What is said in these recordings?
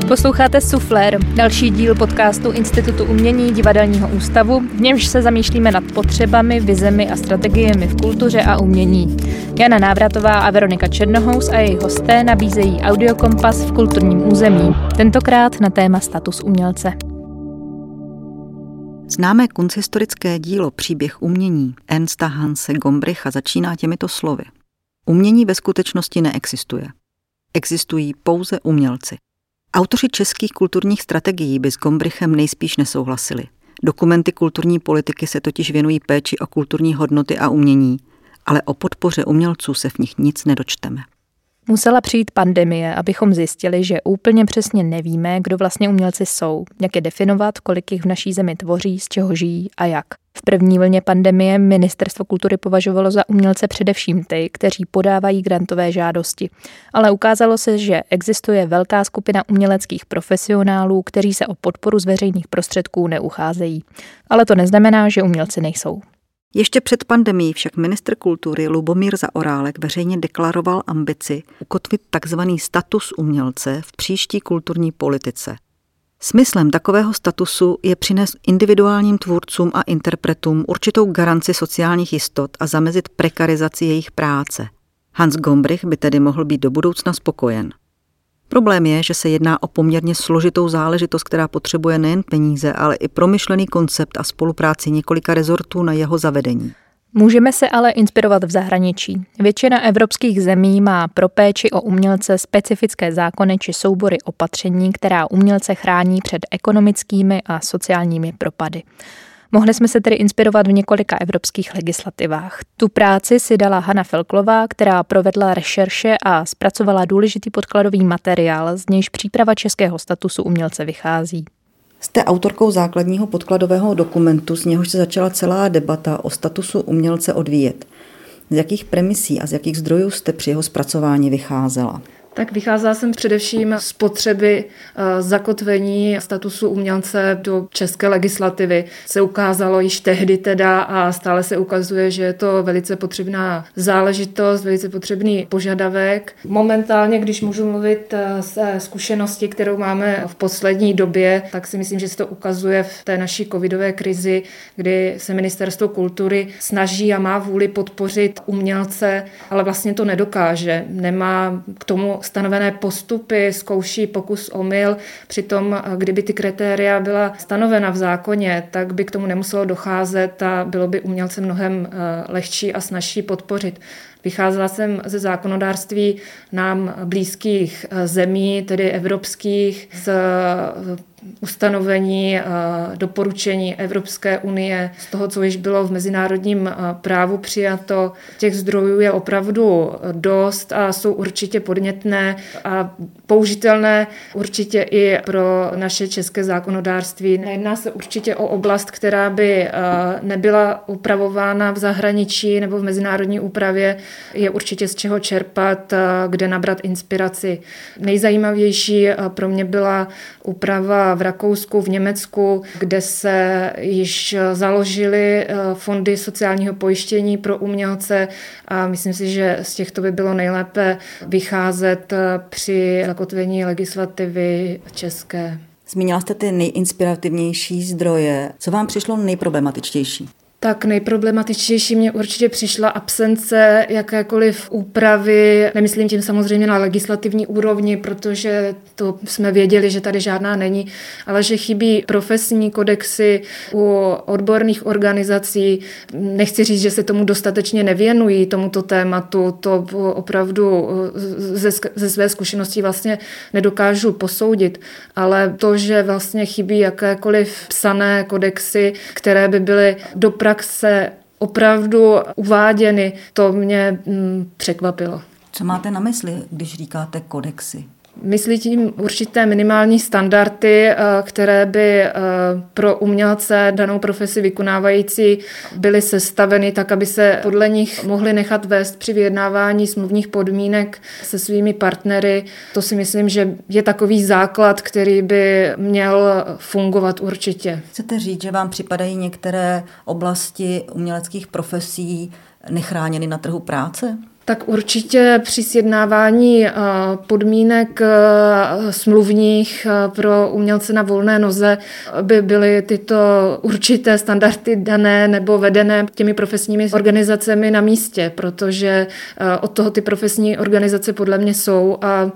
Posloucháte Suflér, další díl podcastu Institutu umění Divadelního ústavu, v němž se zamýšlíme nad potřebami, vizemi a strategiemi v kultuře a umění. Jana Návratová a Veronika Černohous a její hosté nabízejí audiokompas v kulturním území, tentokrát na téma status umělce. Známé kunsthistorické dílo Příběh umění Ernsta Hanse Gombricha začíná těmito slovy. Umění ve skutečnosti neexistuje. Existují pouze umělci. Autoři českých kulturních strategií by s Gombrichem nejspíš nesouhlasili. Dokumenty kulturní politiky se totiž věnují péči o kulturní hodnoty a umění, ale o podpoře umělců se v nich nic nedočteme. Musela přijít pandemie, abychom zjistili, že úplně přesně nevíme, kdo vlastně umělci jsou, jak je definovat, kolik jich v naší zemi tvoří, z čeho žijí a jak. V první vlně pandemie Ministerstvo kultury považovalo za umělce především ty, kteří podávají grantové žádosti. Ale ukázalo se, že existuje velká skupina uměleckých profesionálů, kteří se o podporu z veřejných prostředků neucházejí. Ale to neznamená, že umělci nejsou. Ještě před pandemií však ministr kultury Lubomír Zaorálek veřejně deklaroval ambici ukotvit takzvaný status umělce v příští kulturní politice. Smyslem takového statusu je přinést individuálním tvůrcům a interpretům určitou garanci sociálních jistot a zamezit prekarizaci jejich práce. Hans Gombrich by tedy mohl být do budoucna spokojen. Problém je, že se jedná o poměrně složitou záležitost, která potřebuje nejen peníze, ale i promyšlený koncept a spolupráci několika rezortů na jeho zavedení. Můžeme se ale inspirovat v zahraničí. Většina evropských zemí má pro péči o umělce specifické zákony či soubory opatření, která umělce chrání před ekonomickými a sociálními propady. Mohli jsme se tedy inspirovat v několika evropských legislativách. Tu práci si dala Hana Felklová, která provedla rešerše a zpracovala důležitý podkladový materiál, z nějž příprava českého statusu umělce vychází. Jste autorkou základního podkladového dokumentu, z něhož se začala celá debata o statusu umělce odvíjet. Z jakých premisí a z jakých zdrojů jste při jeho zpracování vycházela? Tak vycházela jsem především z potřeby zakotvení statusu umělce do české legislativy. Se ukázalo již tehdy teda a stále se ukazuje, že je to velice potřebná záležitost, velice potřebný požadavek. Momentálně, když můžu mluvit ze zkušenosti, kterou máme v poslední době, tak si myslím, že se to ukazuje v té naší covidové krizi, kdy se Ministerstvo kultury snaží a má vůli podpořit umělce, ale vlastně to nedokáže. Nemá k tomu stanovené postupy, zkouší pokus omyl. Přitom, kdyby ty kritéria byla stanovena v zákoně, tak by k tomu nemuselo docházet a bylo by umělce mnohem lehčí a snazší podpořit. Vycházela jsem ze zákonodárství nám blízkých zemí, tedy evropských, z ustanovení doporučení Evropské unie, z toho, co již bylo v mezinárodním právu přijato. Těch zdrojů je opravdu dost a jsou určitě podnětné a použitelné určitě i pro naše české zákonodárství. Nejedná se určitě o oblast, která by nebyla upravována v zahraničí nebo v mezinárodní úpravě. Je určitě z čeho čerpat, kde nabrat inspiraci. Nejzajímavější pro mě byla úprava v Rakousku, v Německu, kde se již založily fondy sociálního pojištění pro umělce a myslím si, že z těchto by bylo nejlépe vycházet při zakotvení legislativy české. Zmínila jste ty nejinspirativnější zdroje. Co vám přišlo nejproblematičtější? Tak nejproblematičtější mě určitě přišla absence jakékoliv úpravy, nemyslím tím samozřejmě na legislativní úrovni, protože to jsme věděli, že tady žádná není, ale že chybí profesní kodexy u odborných organizací. Nechci říct, že se tomu dostatečně nevěnují, tomuto tématu, to opravdu ze své zkušenosti vlastně nedokážu posoudit, ale to, že vlastně chybí jakékoliv psané kodexy, které by byly do praxe opravdu uváděny, to mě překvapilo. Co máte na mysli, když říkáte kodexy? Myslí tím určité minimální standardy, které by pro umělce danou profesi vykonávající byly sestaveny tak, aby se podle nich mohli nechat vést při vyjednávání smluvních podmínek se svými partnery. To si myslím, že je takový základ, který by měl fungovat určitě. Chcete říct, že vám připadají některé oblasti uměleckých profesí nechráněny na trhu práce? Tak určitě při sjednávání podmínek smluvních pro umělce na volné noze by byly tyto určité standardy dané nebo vedené těmi profesními organizacemi na místě, protože od toho ty profesní organizace podle mě jsou a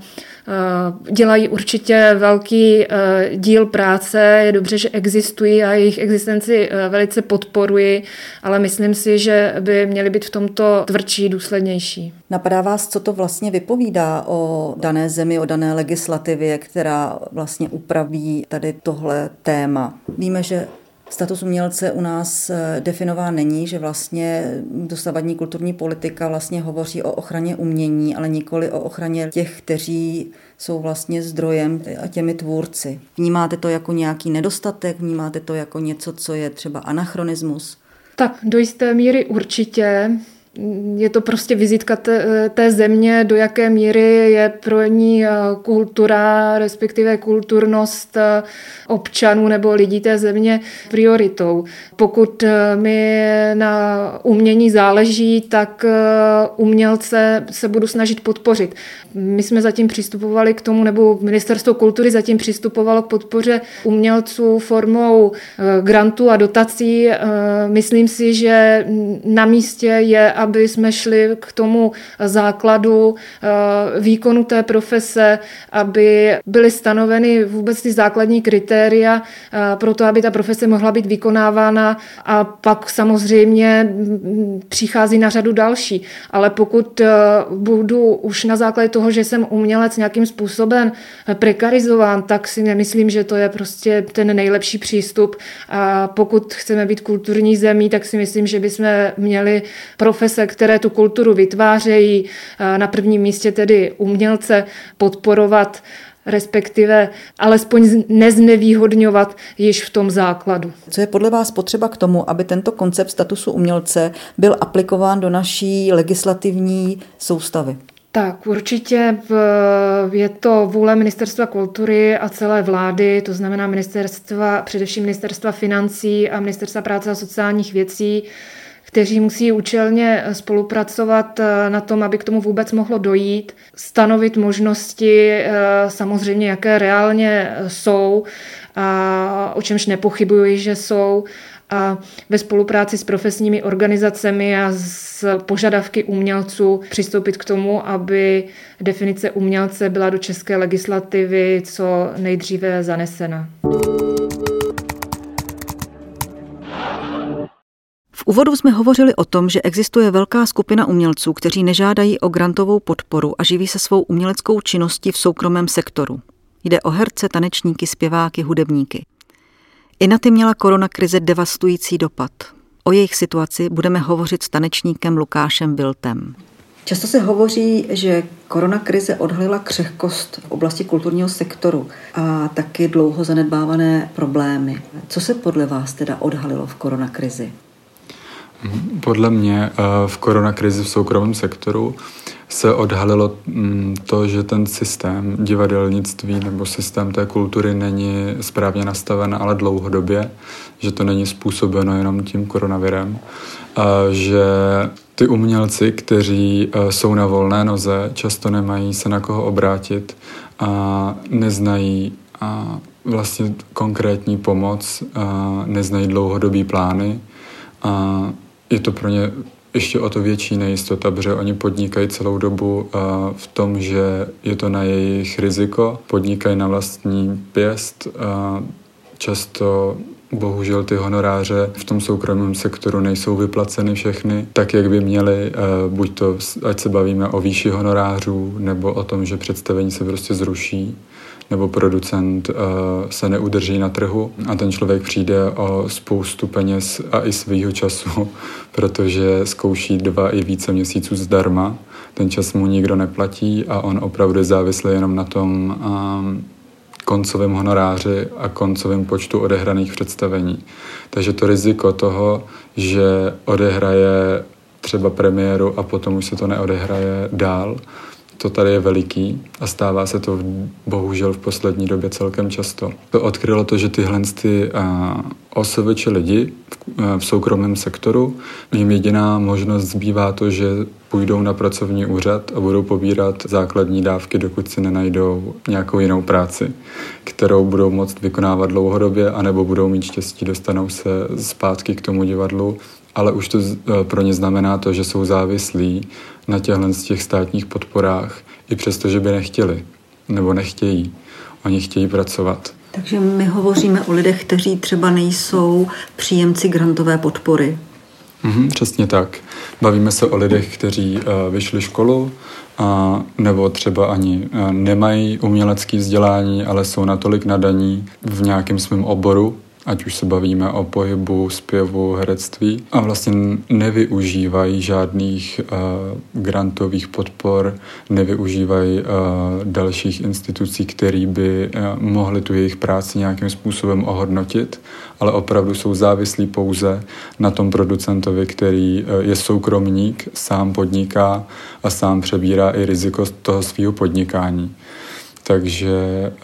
dělají určitě velký díl práce. Je dobře, že existují a jejich existenci velice podporuji, ale myslím si, že by měly být v tomto tvrdší, důslednější. Napadá vás, co to vlastně vypovídá o dané zemi, o dané legislativě, která vlastně upraví tady tohle téma? Víme, že status umělce u nás definován není, že vlastně dosavadní kulturní politika vlastně hovoří o ochraně umění, ale nikoli o ochraně těch, kteří jsou vlastně zdrojem a těmi tvůrci. Vnímáte to jako nějaký nedostatek? Vnímáte to jako něco, co je třeba anachronismus? Tak do jisté míry určitě. Je to prostě vizitka té země, do jaké míry je pro ní kultura, respektive kulturnost občanů nebo lidí té země prioritou. Pokud mi na umění záleží, tak umělce se budu snažit podpořit. My jsme zatím přistupovali k tomu, nebo Ministerstvo kultury zatím přistupovalo k podpoře umělců formou grantů a dotací. Myslím si, že na místě je, aby jsme šli k tomu základu výkonu té profese, aby byly stanoveny vůbec ty základní kritéria pro to, aby ta profese mohla být vykonávána, a pak samozřejmě přichází na řadu další. Ale pokud budu už na základě toho, že jsem umělec nějakým způsobem prekarizován, tak si nemyslím, že to je prostě ten nejlepší přístup. A pokud chceme být kulturní zemí, tak si myslím, že bychom měli profese, které tu kulturu vytvářejí, na prvním místě tedy umělce, podporovat, respektive alespoň neznevýhodňovat již v tom základu. Co je podle vás potřeba k tomu, aby tento koncept statusu umělce byl aplikován do naší legislativní soustavy? Tak určitě je to vůle Ministerstva kultury a celé vlády, to znamená především Ministerstva financí a Ministerstva práce a sociálních věcí, kteří musí účelně spolupracovat na tom, aby k tomu vůbec mohlo dojít, stanovit možnosti, samozřejmě, jaké reálně jsou, a o čemž nepochybuji, že jsou, a ve spolupráci s profesními organizacemi a s požadavky umělců přistoupit k tomu, aby definice umělce byla do české legislativy co nejdříve zanesena. V úvodu jsme hovořili o tom, že existuje velká skupina umělců, kteří nežádají o grantovou podporu a živí se svou uměleckou činností v soukromém sektoru. Jde o herce, tanečníky, zpěváky, hudebníky. I na ty měla koronakrize devastující dopad. O jejich situaci budeme hovořit s tanečníkem Lukášem Wiltem. Často se hovoří, že koronakrize odhalila křehkost v oblasti kulturního sektoru a taky dlouho zanedbávané problémy. Co se podle vás teda odhalilo v koronakrizi? Podle mě v koronakrizi v soukromém sektoru se odhalilo to, že ten systém divadelnictví nebo systém té kultury není správně nastaven, ale dlouhodobě, že to není způsobeno jenom tím koronavirem, a že ty umělci, kteří jsou na volné noze, často nemají se na koho obrátit a neznají vlastně konkrétní pomoc, neznají dlouhodobý plány, a je to pro ně ještě o to větší nejistota, protože oni podnikají celou dobu v tom, že je to na jejich riziko, podnikají na vlastní pěst. Často bohužel ty honoráře v tom soukromém sektoru nejsou vyplaceny všechny tak, jak by měly, buď to, ať se bavíme o výši honorářů, nebo o tom, že představení se prostě zruší, nebo producent se neudrží na trhu a ten člověk přijde o spoustu peněz a i svýho času, protože zkouší 2 i více měsíců zdarma. Ten čas mu nikdo neplatí a on opravdu je závislý jenom na tom koncovém honoráři a koncovém počtu odehraných představení. Takže to riziko toho, že odehraje třeba premiéru a potom už se to neodehraje dál, to tady je veliký a stává se to bohužel v poslední době celkem často. To odkrylo to, že tyhle OSVČ lidi v soukromém sektoru, jim jediná možnost zbývá to, že půjdou na pracovní úřad a budou pobírat základní dávky, dokud si nenajdou nějakou jinou práci, kterou budou moct vykonávat dlouhodobě, anebo budou mít štěstí, dostanou se zpátky k tomu divadlu, ale už to pro ně znamená to, že jsou závislí na těch státních podporách, i přesto, že by nechtěli nebo nechtějí. Oni chtějí pracovat. Takže my hovoříme o lidech, kteří třeba nejsou příjemci grantové podpory. Přesně tak. Bavíme se o lidech, kteří vyšli školu, nebo třeba ani nemají umělecké vzdělání, ale jsou natolik nadaní v nějakém svém oboru, ať už se bavíme o pohybu, zpěvu, herectví, a vlastně nevyužívají žádných grantových podpor, nevyužívají dalších institucí, které by mohly tu jejich práci nějakým způsobem ohodnotit, ale opravdu jsou závislí pouze na tom producentovi, který je soukromník, sám podniká a sám přebírá i riziko toho svého podnikání. Takže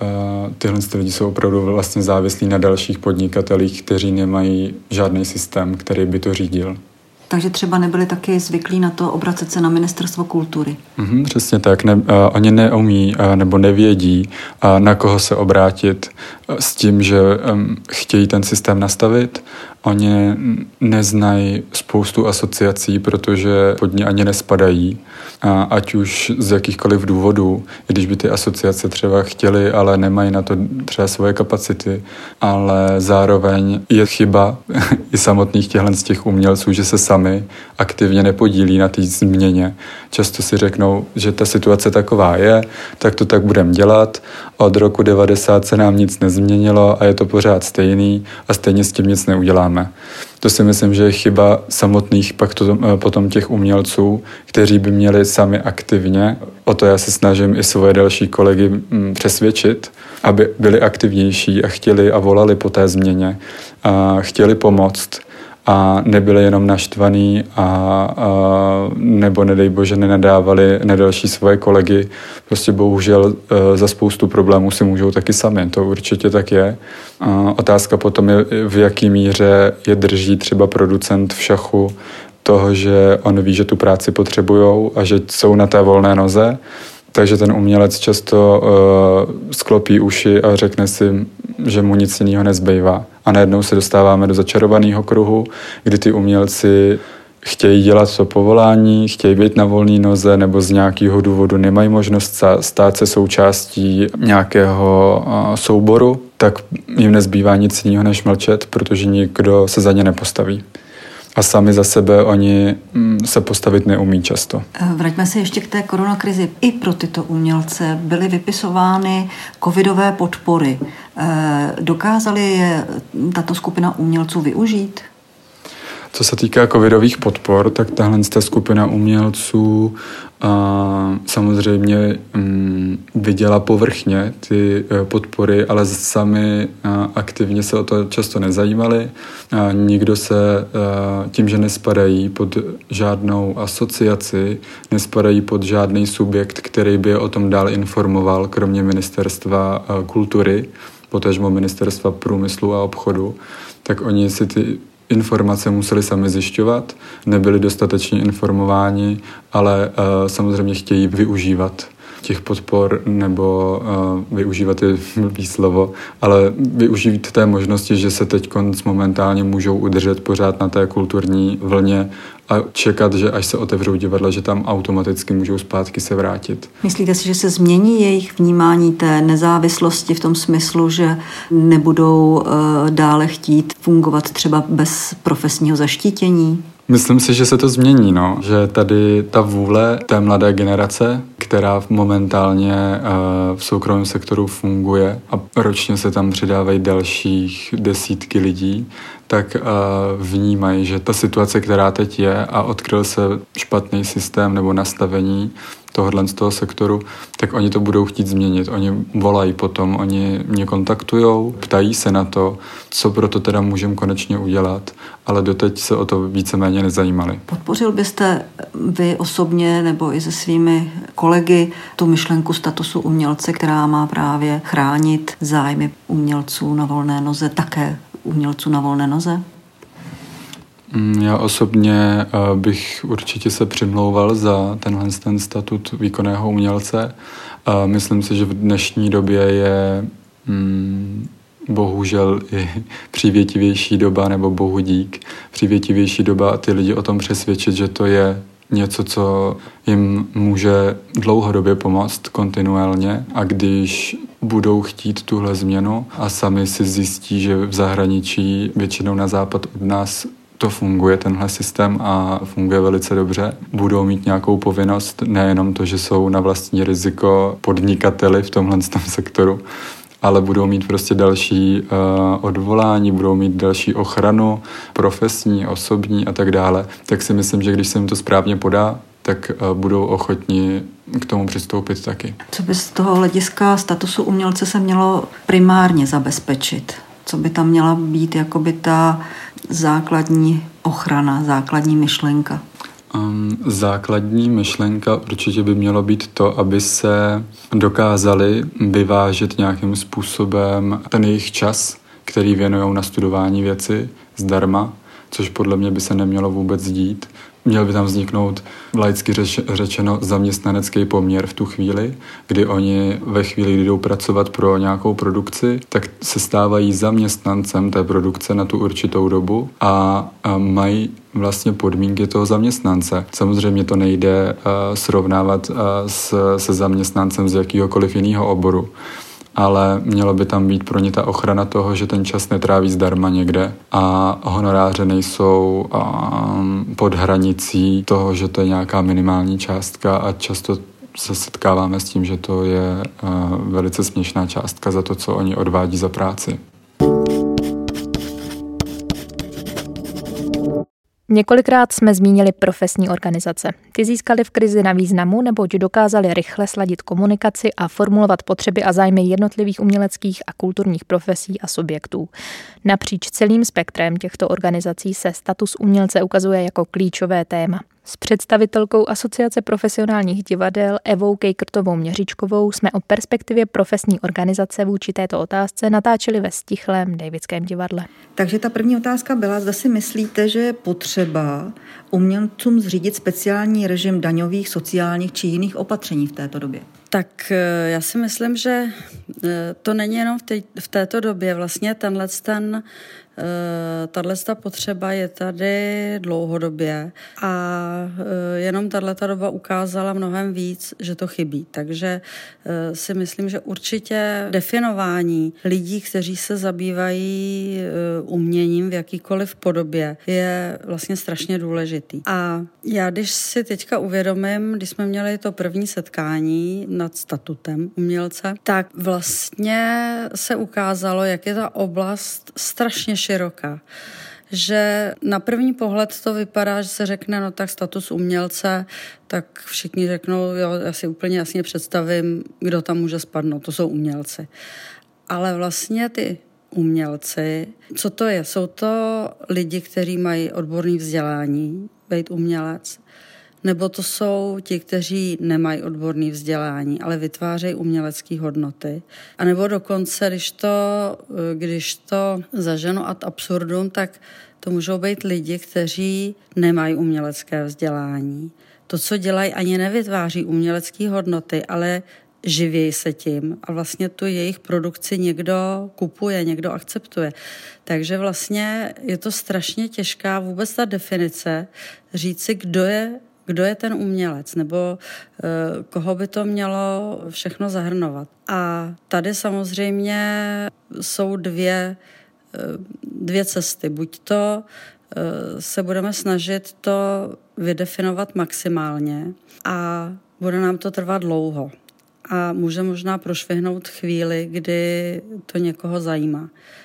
tyhle lidi jsou opravdu vlastně závislí na dalších podnikatelích, kteří nemají žádný systém, který by to řídil. Takže třeba nebyli taky zvyklí na to obracet se na Ministerstvo kultury. Přesně tak. Oni neumí nebo nevědí, na koho se obrátit s tím, že chtějí ten systém nastavit. Oni neznají spoustu asociací, protože pod ní ani nespadají. Ať už z jakýchkoliv důvodů, i když by ty asociace třeba chtěly, ale nemají na to třeba svoje kapacity. Ale zároveň je chyba i samotných z těch umělců, že se sami aktivně nepodílí na té změně. Často si řeknou, že ta situace taková je, tak to tak budeme dělat. Od roku 90 se nám nic nezměnilo a je to pořád stejný a stejně s tím nic neuděláme. To si myslím, že je chyba samotných potom těch umělců, kteří by měli sami aktivně, o to já se snažím i svoje další kolegy přesvědčit, aby byli aktivnější a chtěli a volali po té změně a chtěli pomoct a nebyli jenom naštvaný a nebo nedej bože nenadávali na další svoje kolegy. Prostě bohužel za spoustu problémů si můžou taky sami, to určitě tak je. Otázka potom je, v jaký míře je drží třeba producent v šachu toho, že on ví, že tu práci potřebujou a že jsou na té volné noze. Takže ten umělec často sklopí uši a řekne si, že mu nic jiného nezbývá. A najednou se dostáváme do začarovaného kruhu, kdy ty umělci chtějí dělat to povolání, chtějí být na volné noze nebo z nějakého důvodu nemají možnost stát se součástí nějakého souboru, tak jim nezbývá nic jiného než mlčet, protože nikdo se za ně nepostaví. A sami za sebe oni se postavit neumí často. Vraťme se ještě k té koronakrizi. I pro tyto umělce byly vypisovány covidové podpory. Dokázali je tato skupina umělců využít? Co se týká covidových podpor, tak tahle skupina umělců samozřejmě viděla povrchně ty podpory, ale sami aktivně se o to často nezajímali. Nikdo se tím, že nespadají pod žádnou asociaci, nespadají pod žádný subjekt, který by o tom dál informoval, kromě Ministerstva kultury, potažmo Ministerstva průmyslu a obchodu, tak oni si ty informace museli sami zjišťovat, nebyli dostatečně informováni, ale samozřejmě chtějí využívat těch podpor nebo využívat je blbý slovo, ale využít té možnosti, že se teď momentálně můžou udržet pořád na té kulturní vlně a čekat, že až se otevřou divadla, že tam automaticky můžou zpátky se vrátit. Myslíte si, že se změní jejich vnímání té nezávislosti v tom smyslu, že nebudou dále chtít fungovat třeba bez profesního zaštítění? Myslím si, že se to změní, že tady ta vůle té mladé generace, která momentálně v soukromém sektoru funguje a ročně se tam přidávají dalších desítky lidí, tak vnímají, že ta situace, která teď je a odkryl se špatný systém nebo nastavení tohohle z toho sektoru, tak oni to budou chtít změnit. Oni volají potom, oni mě kontaktujou, ptají se na to, co pro to teda můžeme konečně udělat, ale doteď se o to víceméně nezajímali. Podpořil byste vy osobně nebo i se svými kolegy tu myšlenku statusu umělce, která má právě chránit zájmy umělců na volné noze, také umělců na volné noze? Já osobně bych určitě se přimlouval za ten statut výkonného umělce. Myslím si, že v dnešní době je bohužel i přívětivější doba, nebo bohu dík, přívětivější doba a ty lidi o tom přesvědčit, že to je něco, co jim může dlouhodobě pomoct kontinuálně, a když budou chtít tuhle změnu a sami si zjistí, že v zahraničí, většinou na západ od nás, to funguje, tenhle systém, a funguje velice dobře. Budou mít nějakou povinnost, nejenom to, že jsou na vlastní riziko podnikateli v tomhle sektoru, ale budou mít prostě další odvolání, budou mít další ochranu, profesní, osobní a tak dále. Tak si myslím, že když se jim to správně podá, tak budou ochotni k tomu přistoupit taky. Co by z toho hlediska statusu umělce se mělo primárně zabezpečit? Co by tam měla být jakoby ta základní ochrana, základní myšlenka? Základní myšlenka určitě by mělo být to, aby se dokázali vyvážet nějakým způsobem ten jejich čas, který věnují na studování věci zdarma, což podle mě by se nemělo vůbec dít. Měl by tam vzniknout laicky řečeno zaměstnanecký poměr v tu chvíli, kdy oni ve chvíli, kdy jdou pracovat pro nějakou produkci, tak se stávají zaměstnancem té produkce na tu určitou dobu a mají vlastně podmínky toho zaměstnance. Samozřejmě to nejde srovnávat se zaměstnancem z jakýhokoliv jiného oboru, ale mělo by tam být pro ně ta ochrana toho, že ten čas netráví zdarma někde a honoráře nejsou pod hranicí toho, že to je nějaká minimální částka, a často se setkáváme s tím, že to je velice směšná částka za to, co oni odvádí za práci. Několikrát jsme zmínili profesní organizace. Ty získaly v krizi na významu, neboť dokázaly rychle sladit komunikaci a formulovat potřeby a zájmy jednotlivých uměleckých a kulturních profesí a subjektů. Napříč celým spektrem těchto organizací se status umělce ukazuje jako klíčové téma. S představitelkou Asociace profesionálních divadel Evou Kejkrtovou Měřičkovou jsme o perspektivě profesní organizace vůči této otázce natáčeli ve Stichlém Davidském divadle. Takže ta první otázka byla, zda si myslíte, že je potřeba umělcům zřídit speciální režim daňových, sociálních či jiných opatření v této době? Tak já si myslím, že to není jenom v této době. Vlastně tato potřeba je tady dlouhodobě a jenom tato doba ukázala mnohem víc, že to chybí. Takže si myslím, že určitě definování lidí, kteří se zabývají uměním v jakýkoliv podobě, je vlastně strašně důležitý. A já, když si teďka uvědomím, když jsme měli to první setkání nad statutem umělce, tak vlastně se ukázalo, jak je ta oblast strašně široká. Že na první pohled to vypadá, že se řekne, no tak status umělce, tak všichni řeknou, jo, já si úplně jasně představím, kdo tam může spadnout, to jsou umělci. Ale vlastně ty umělci, co to je? Jsou to lidi, kteří mají odborné vzdělání, být umělec, nebo to jsou ti, kteří nemají odborné vzdělání, ale vytvářejí umělecké hodnoty. A nebo dokonce, když to zaženu ad absurdum, tak to můžou být lidi, kteří nemají umělecké vzdělání. To, co dělají, ani nevytváří umělecké hodnoty, ale živějí se tím a vlastně tu jejich produkci někdo kupuje, někdo akceptuje. Takže vlastně je to strašně těžká vůbec ta definice říci, kdo je ten umělec, nebo koho by to mělo všechno zahrnovat. A tady samozřejmě jsou dvě cesty. Buď to se budeme snažit to vydefinovat maximálně a bude nám to trvat dlouho. A může možná prošvihnout chvíli, kdy to někoho zajímá.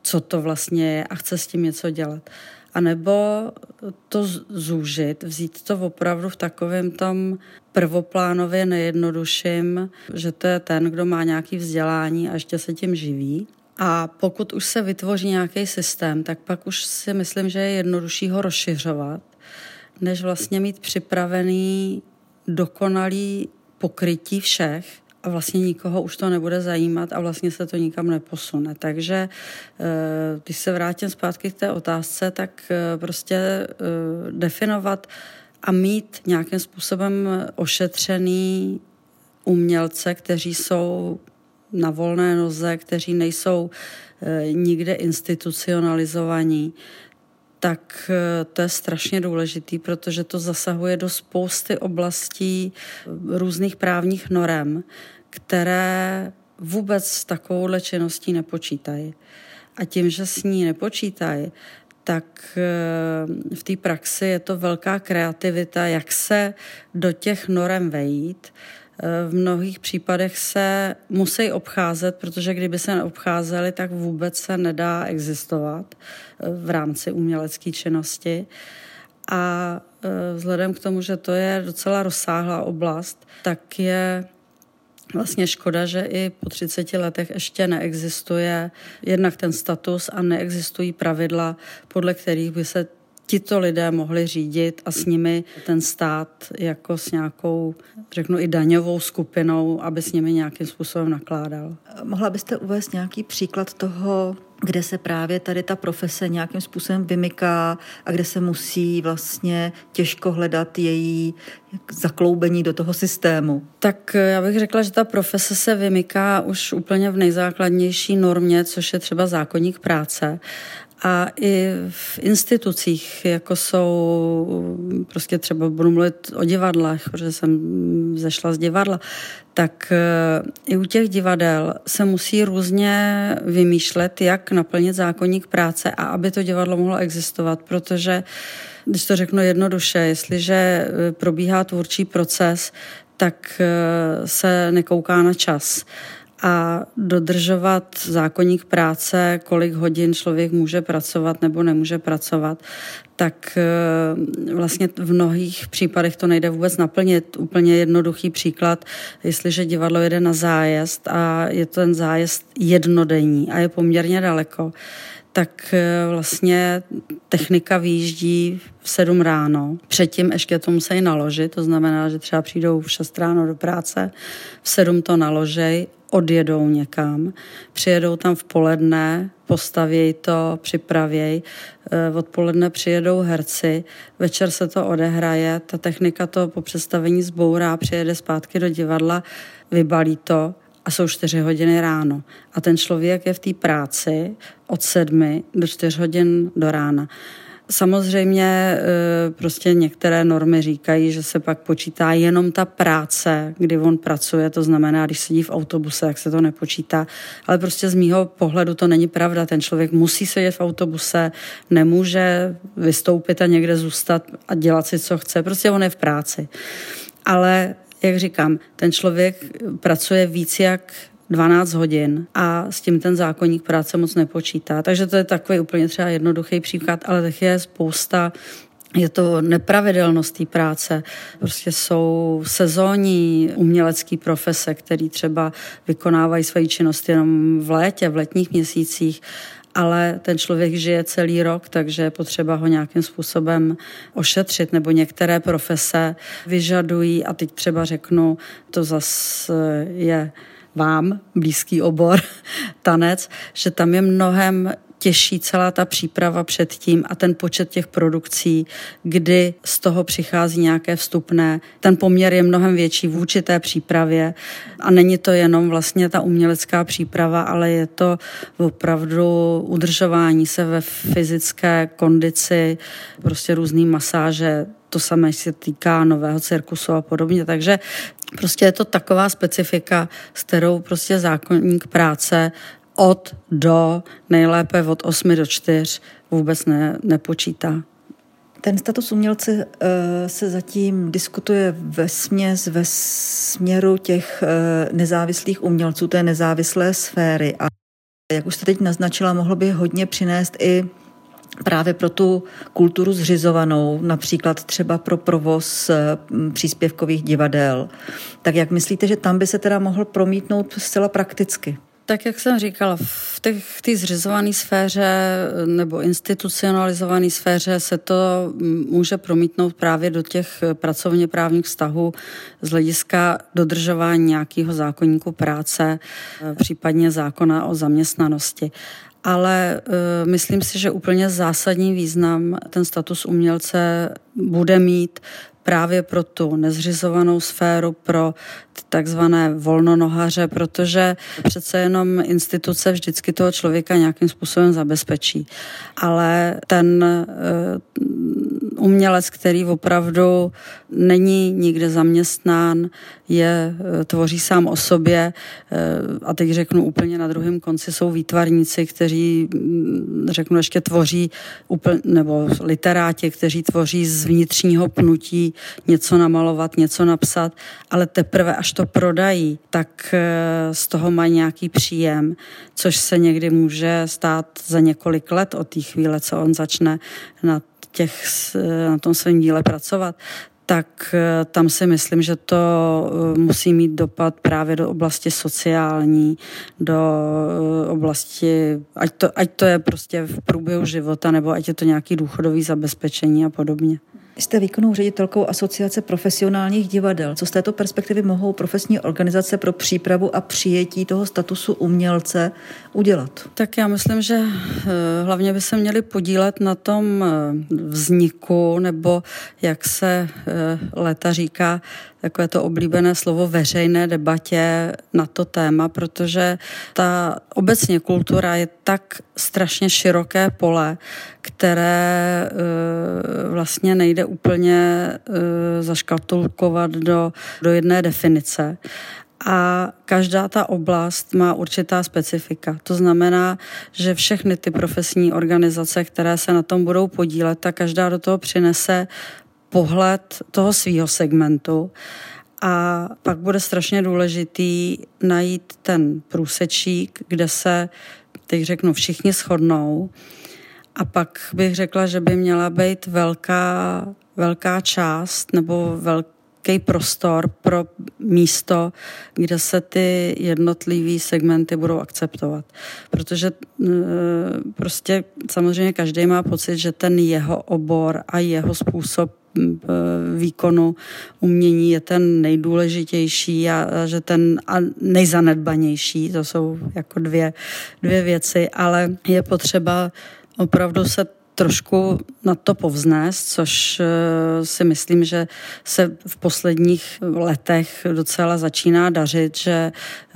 co to vlastně je a chce s tím něco dělat. A nebo to zúžit, vzít to opravdu v takovém tom prvoplánově nejjednodušším, že to je ten, kdo má nějaké vzdělání a ještě se tím živí. A pokud už se vytvoří nějaký systém, tak pak už si myslím, že je jednodušší ho rozšiřovat, než vlastně mít připravený dokonalý pokrytí všech a vlastně nikoho už to nebude zajímat a vlastně se to nikam neposune. Takže když se vrátím zpátky k té otázce, tak prostě definovat a mít nějakým způsobem ošetřený umělce, kteří jsou na volné noze, kteří nejsou nikde institucionalizovaní, tak to je strašně důležitý, protože to zasahuje do spousty oblastí různých právních norem, které vůbec s takovouhle činností nepočítají. A tím, že s ní nepočítají, tak v té praxi je to velká kreativita, jak se do těch norem vejít. V mnohých případech se musí obcházet, protože kdyby se neobcházeli, tak vůbec se nedá existovat v rámci umělecké činnosti. A vzhledem k tomu, že to je docela rozsáhlá oblast, tak je vlastně škoda, že i po 30 letech ještě neexistuje jednak ten status a neexistují pravidla, podle kterých by se tito lidé mohli řídit a s nimi ten stát jako s nějakou, řeknu i daňovou skupinou, aby s nimi nějakým způsobem nakládal. Mohla byste uvést nějaký příklad toho, kde se právě tady ta profese nějakým způsobem vymyká a kde se musí vlastně těžko hledat její zakloubení do toho systému? Tak já bych řekla, že ta profese se vymyká už úplně v nejzákladnější normě, což je třeba zákoník práce. A i v institucích, jako jsou, prostě třeba budu mluvit o divadlech, protože jsem zešla z divadla, tak i u těch divadel se musí různě vymýšlet, jak naplnit zákoník práce a aby to divadlo mohlo existovat, protože, když to řeknu jednoduše, jestliže probíhá tvůrčí proces, tak se nekouká na čas. A dodržovat zákoník práce, kolik hodin člověk může pracovat nebo nemůže pracovat, tak vlastně v mnohých případech to nejde vůbec naplnit. Úplně jednoduchý příklad, jestliže divadlo jede na zájezd a je to ten zájezd jednodenní a je poměrně daleko, tak vlastně technika vyjíždí v 7 ráno. Předtím ještě to musí naložit, to znamená, že třeba přijdou v 6 ráno do práce, v 7 to naložej, odjedou někam, přijedou tam v poledne, postavějí to, připravějí, odpoledne přijedou herci, večer se to odehraje, ta technika to po představení zbourá, přijede zpátky do divadla, vybalí to a jsou 4 hodiny ráno. A ten člověk je v té práci od 7 do 4 hodin do rána. Samozřejmě prostě některé normy říkají, že se pak počítá jenom ta práce, kdy on pracuje, to znamená, když sedí v autobuse, jak se to nepočítá. Ale prostě z mýho pohledu to není pravda. Ten člověk musí sedět v autobuse, nemůže vystoupit a někde zůstat a dělat si, co chce. Prostě on je v práci. Ale, jak říkám, ten člověk pracuje víc jak 12 hodin a s tím ten zákoník práce moc nepočítá. Takže to je takový úplně třeba jednoduchý příklad, ale tak je spousta. Je to nepravidelnost té práce. Prostě jsou sezónní umělecké profese, které třeba vykonávají svoji činnost jenom v létě, v letních měsících, ale ten člověk žije celý rok, takže je potřeba ho nějakým způsobem ošetřit, nebo některé profese vyžadují, a teď třeba řeknu, to zase je vám blízký obor, tanec, že tam je mnohem těžší celá ta příprava předtím a ten počet těch produkcí, kdy z toho přichází nějaké vstupné. Ten poměr je mnohem větší vůči té přípravě a není to jenom vlastně ta umělecká příprava, ale je to opravdu udržování se ve fyzické kondici, prostě různý masáže, to samé se týká Nového cirkusu a podobně, takže prostě je to taková specifika, s kterou prostě zákoník práce od do, nejlépe od 8 do 4 vůbec nepočítá. Ten status umělce se zatím diskutuje ve směru těch nezávislých umělců, té nezávislé sféry. A Jak už jste teď naznačila, mohlo by hodně přinést i právě pro tu kulturu zřizovanou, například třeba pro provoz příspěvkových divadel. Tak jak myslíte, že tam by se teda mohl promítnout zcela prakticky? Tak jak jsem říkala, v té zřizované sféře nebo institucionalizované sféře se to může promítnout právě do těch pracovně právních vztahů z hlediska dodržování nějakého zákoníku práce, případně zákona o zaměstnanosti. Ale myslím si, že úplně zásadní význam ten status umělce bude mít právě pro tu nezřizovanou sféru, pro takzvané volnonohaře, protože přece jenom instituce vždycky toho člověka nějakým způsobem zabezpečí. Ale ten umělec, který opravdu není nikde zaměstnán, tvoří sám o sobě, a teď řeknu úplně na druhém konci, jsou výtvarníci, kteří, řeknu ještě tvoří, nebo literáti, kteří tvoří z vnitřního pnutí něco namalovat, něco napsat, ale teprve až to prodají, tak z toho mají nějaký příjem, což se někdy může stát za několik let od té chvíle, co on začne na tom svém díle pracovat, tak tam si myslím, že to musí mít dopad právě do oblasti sociální, do oblasti, ať to je prostě v průběhu života, nebo ať je to nějaký důchodový zabezpečení a podobně. Jste výkonnou ředitelkou Asociace profesionálních divadel. Co z této perspektivy mohou profesní organizace pro přípravu a přijetí toho statusu umělce udělat? Tak já myslím, že hlavně by se měli podílet na tom vzniku, nebo jak se léta říká, takové to oblíbené slovo veřejné debatě na to téma, protože ta obecně kultura je tak strašně široké pole, které vlastně nejde úplně zaškatulkovat do jedné definice. A každá ta oblast má určitá specifika. To znamená, že všechny ty profesní organizace, které se na tom budou podílet, tak každá do toho přinese pohled toho svýho segmentu. A pak bude strašně důležitý najít ten průsečík, kde se, teď řeknu, všichni shodnou. A pak bych řekla, že by měla být velká část nebo velký prostor pro místo, kde se ty jednotlivý segmenty budou akceptovat. Protože prostě samozřejmě každý má pocit, že ten jeho obor a jeho způsob výkonu umění je ten nejdůležitější a že ten nejzanedbanější, to jsou jako dvě věci, ale je potřeba opravdu se trošku na to povznést, což si myslím, že se v posledních letech docela začíná dařit, že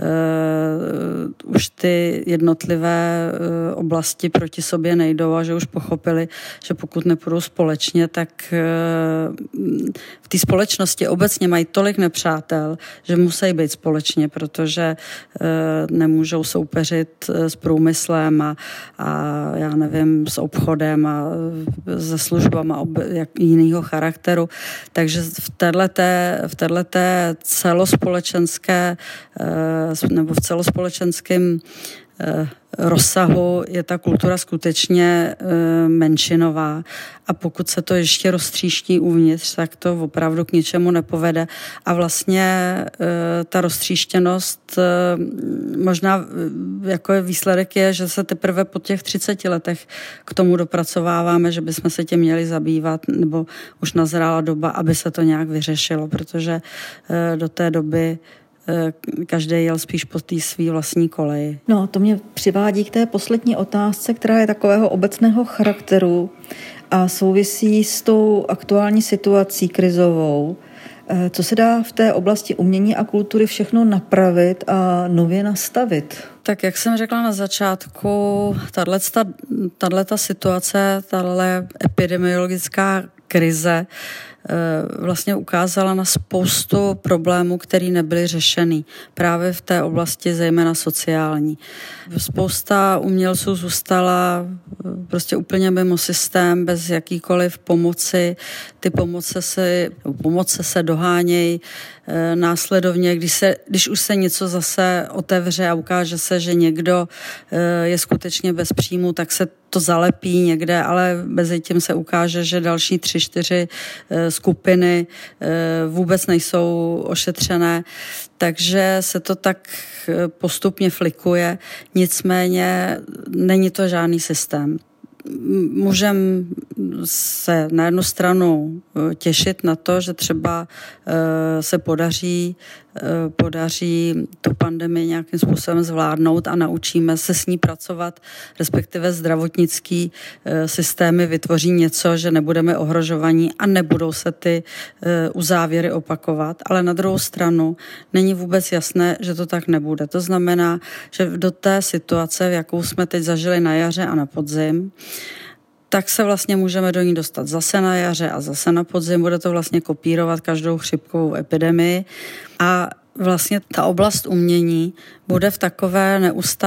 už ty jednotlivé oblasti proti sobě nejdou a že už pochopili, že pokud nepůjdou společně, tak v té společnosti obecně mají tolik nepřátel, že musí být společně, protože nemůžou soupeřit s průmyslem a já nevím, s obchodem a se službama jiného charakteru. Takže v téhleté celospolečenské nebo v celospolečenském rozsahu je ta kultura skutečně menšinová a pokud se to ještě roztříští uvnitř, tak to opravdu k ničemu nepovede a vlastně ta roztříštěnost možná jako výsledek je, že se teprve po těch 30 letech k tomu dopracováváme, že bychom se tím měli zabývat, nebo už nazrála doba, aby se to nějak vyřešilo, protože do té doby každý jel spíš po té svý vlastní koleji. No, to mě přivádí k té poslední otázce, která je takového obecného charakteru a souvisí s tou aktuální situací krizovou. Co se dá v té oblasti umění a kultury všechno napravit a nově nastavit? Tak jak jsem řekla na začátku, tato situace, tato epidemiologická krize vlastně ukázala na spoustu problémů, které nebyly řešeny právě v té oblasti, zejména sociální. Spousta umělců zůstala prostě úplně mimo systém, bez jakýkoliv pomoci. Ty pomoce se dohánějí následovně, když už se něco zase otevře a ukáže se, že někdo je skutečně bez příjmu, tak se to zalepí někde, ale mezi tím se ukáže, že další 3-4 skupiny vůbec nejsou ošetřené, takže se to tak postupně flikuje, nicméně není to žádný systém. Můžeme se na jednu stranu těšit na to, že třeba se podaří tu pandemii nějakým způsobem zvládnout a naučíme se s ní pracovat, respektive zdravotnický systémy vytvoří něco, že nebudeme ohrožovaní a nebudou se ty uzávěry opakovat, ale na druhou stranu není vůbec jasné, že to tak nebude. To znamená, že do té situace, v jakou jsme teď zažili na jaře a na podzim, tak se vlastně můžeme do ní dostat zase na jaře a zase na podzim. Bude to vlastně kopírovat každou chřipkovou epidemii a vlastně ta oblast umění bude v takové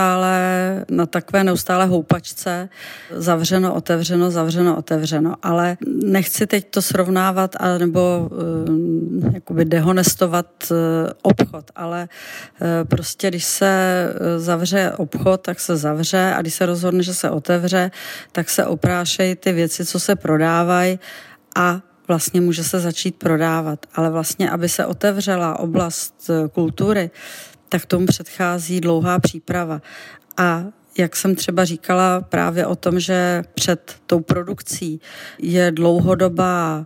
neustálé houpačce zavřeno, otevřeno, ale nechci teď to srovnávat nebo jakoby dehonestovat obchod, ale prostě když se zavře obchod, tak se zavře a když se rozhodne, že se otevře, tak se oprášejí ty věci, co se prodávají a vlastně může se začít prodávat. Ale vlastně, aby se otevřela oblast kultury, tak tomu předchází dlouhá příprava. A jak jsem třeba říkala právě o tom, že před tou produkcí je dlouhodobá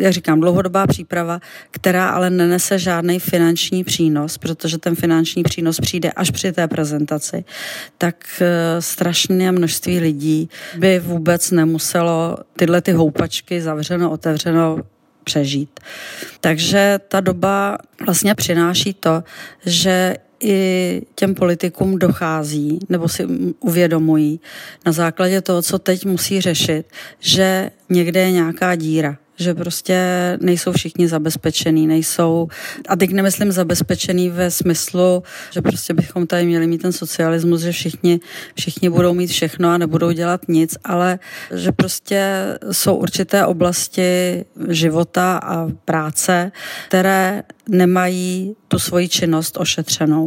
příprava, která ale nenese žádný finanční přínos, protože ten finanční přínos přijde až při té prezentaci, tak strašné množství lidí by vůbec nemuselo tyhle ty houpačky zavřeno, otevřeno přežít. Takže ta doba vlastně přináší to, že i těm politikům dochází, nebo si uvědomují na základě toho, co teď musí řešit, že někde je nějaká díra, že prostě nejsou všichni zabezpečení, a teď nemyslím zabezpečený ve smyslu, že prostě bychom tady měli mít ten socialismus, že všichni budou mít všechno a nebudou dělat nic, ale že prostě jsou určité oblasti života a práce, které nemají tu svoji činnost ošetřenou.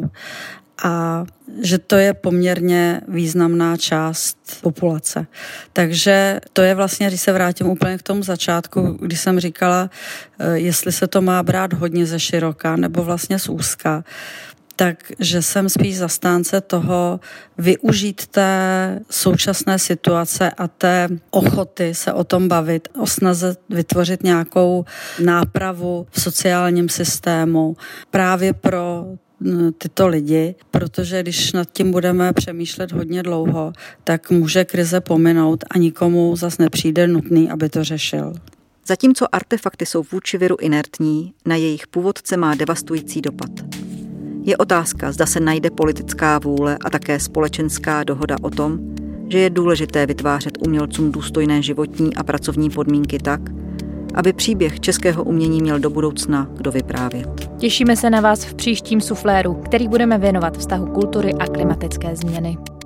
A že to je poměrně významná část populace. Takže to je vlastně, když se vrátím úplně k tomu začátku, když jsem říkala, jestli se to má brát hodně ze široka nebo vlastně z úzka, takže jsem spíš zastánce toho využít té současné situace a té ochoty se o tom bavit, o snaze vytvořit nějakou nápravu v sociálním systému právě pro tyto lidi, protože když nad tím budeme přemýšlet hodně dlouho, tak může krize pominout a nikomu zas nepřijde nutný, aby to řešil. Zatímco artefakty jsou vůči viru inertní, na jejich původce má devastující dopad. Je otázka, zda se najde politická vůle a také společenská dohoda o tom, že je důležité vytvářet umělcům důstojné životní a pracovní podmínky tak, aby příběh českého umění měl do budoucna kdo vyprávět. Těšíme se na vás v příštím sufléru, který budeme věnovat vztahu kultury a klimatické změny.